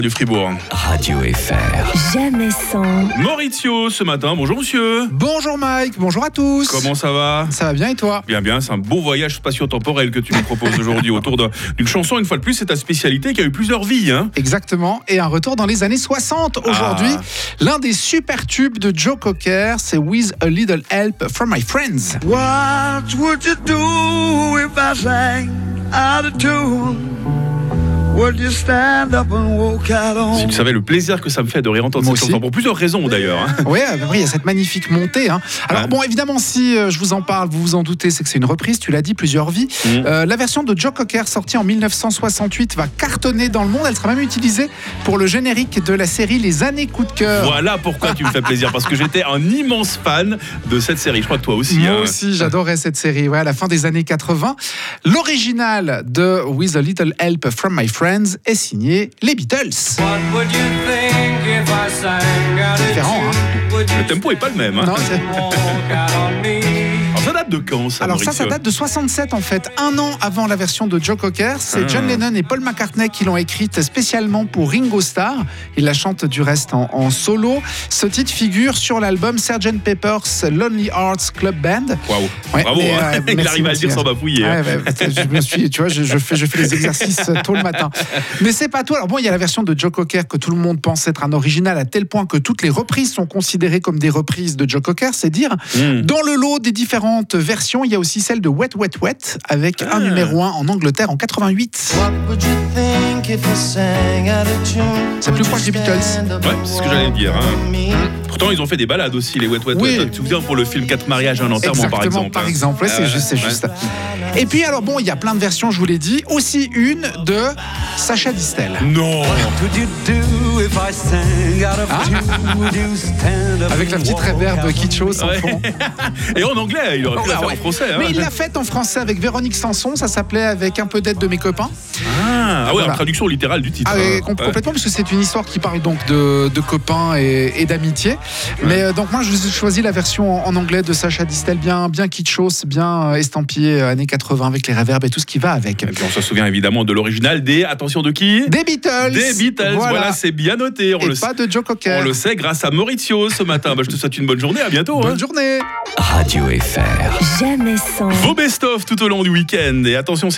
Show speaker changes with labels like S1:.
S1: Du Fribourg.
S2: Radio FR.
S3: Jamais sans.
S1: Maurizio ce matin, bonjour monsieur.
S4: Bonjour Mike, bonjour à tous.
S1: Comment ça va ?
S4: Ça va bien et toi ?
S1: Bien, c'est un beau voyage spatio-temporel que tu nous proposes aujourd'hui autour d'une chanson, une fois de plus, c'est ta spécialité qui a eu plusieurs vies. Hein.
S4: Exactement, et un retour dans les années 60. Aujourd'hui, l'un des super tubes de Joe Cocker, c'est With a Little Help from My Friends.
S5: What would you do if I sang out of tune? Would you stand up and walk out on?
S1: Si tu savais le plaisir que ça me fait de réentendre cette chanson, pour plusieurs raisons d'ailleurs. Hein.
S4: Oui, il y a cette magnifique montée. Hein. Alors bon, évidemment, si je vous en parle, vous vous en doutez, c'est que c'est une reprise, tu l'as dit, plusieurs vies. La version de Joe Cocker, sortie en 1968, va cartonner dans le monde. Elle sera même utilisée pour le générique de la série Les Années Coup de Cœur.
S1: Voilà pourquoi tu me fais plaisir, parce que j'étais un immense fan de cette série. Je crois que toi aussi.
S4: Moi aussi, j'adorais cette série. Ouais, à la fin des années 80. L'original de With a Little Help from My Friends est signé les Beatles. Différent, hein.
S1: Le tempo est pas le même. Hein.
S4: Non,
S1: Alors ça date de quand ça,
S4: Alors
S1: Maurizio ?
S4: ça date de 67 en fait, un an avant la version de Joe Cocker. C'est John Lennon et Paul McCartney qui l'ont écrite spécialement pour Ringo Starr. Il la chante du reste en solo. Ce titre figure sur l'album Sgt. Pepper's Lonely Hearts Club Band.
S1: Waouh,
S4: Ouais,
S1: bravo, hein. Il arrive à le dire sans bafouiller.
S4: Ouais, je fais les exercices tôt le matin. Mais c'est pas tout. Alors bon, il y a la version de Joe Cocker que tout le monde pense être un original à tel point que toutes les reprises sont considérées comme des reprises de Joe Cocker, c'est dire. Dans le lot des différentes versions, il y a aussi celle de Wet Wet Wet avec un numéro 1 en Angleterre en 88. C'est plus proche des Beatles.
S1: Ouais, c'est ce que j'allais dire. Hein. Pourtant, ils ont fait des balades aussi, les Wet Wet Wet. Tu te souviens pour le film 4 mariages, un enterrement, par exemple.
S4: Par exemple, ouais, c'est juste. Et puis, alors bon, il y a plein de versions, je vous l'ai dit. Aussi une de Sacha Distel.
S1: Non.
S4: Avec la petite réverb kitschos en fond.
S1: Et en anglais, il aurait pu la faire en français. Hein.
S4: Mais il l'a faite en français avec Véronique Sanson. Ça s'appelait Avec un peu d'aide de mes copains.
S1: Ah ouais, en traduction littérale du titre.
S4: Ah oui, complètement, parce que c'est une histoire qui parle donc de copains et d'amitié. Mais donc moi, je choisis la version en anglais de Sacha Distel, bien kitschos, bien estampillé années 80 avec les reverbs et tout ce qui va avec.
S1: Et puis on se souvient évidemment de l'original attention de qui ?
S4: Des Beatles.
S1: Des Beatles, voilà, c'est bien noté.
S4: Pas de Joe Cocker.
S1: On le sait grâce à Maurizio ce matin. Je te souhaite une bonne journée, à bientôt.
S4: Bonne journée.
S2: Radio FR.
S3: Jamais sans.
S1: Vos best-of tout au long du week-end. Et attention,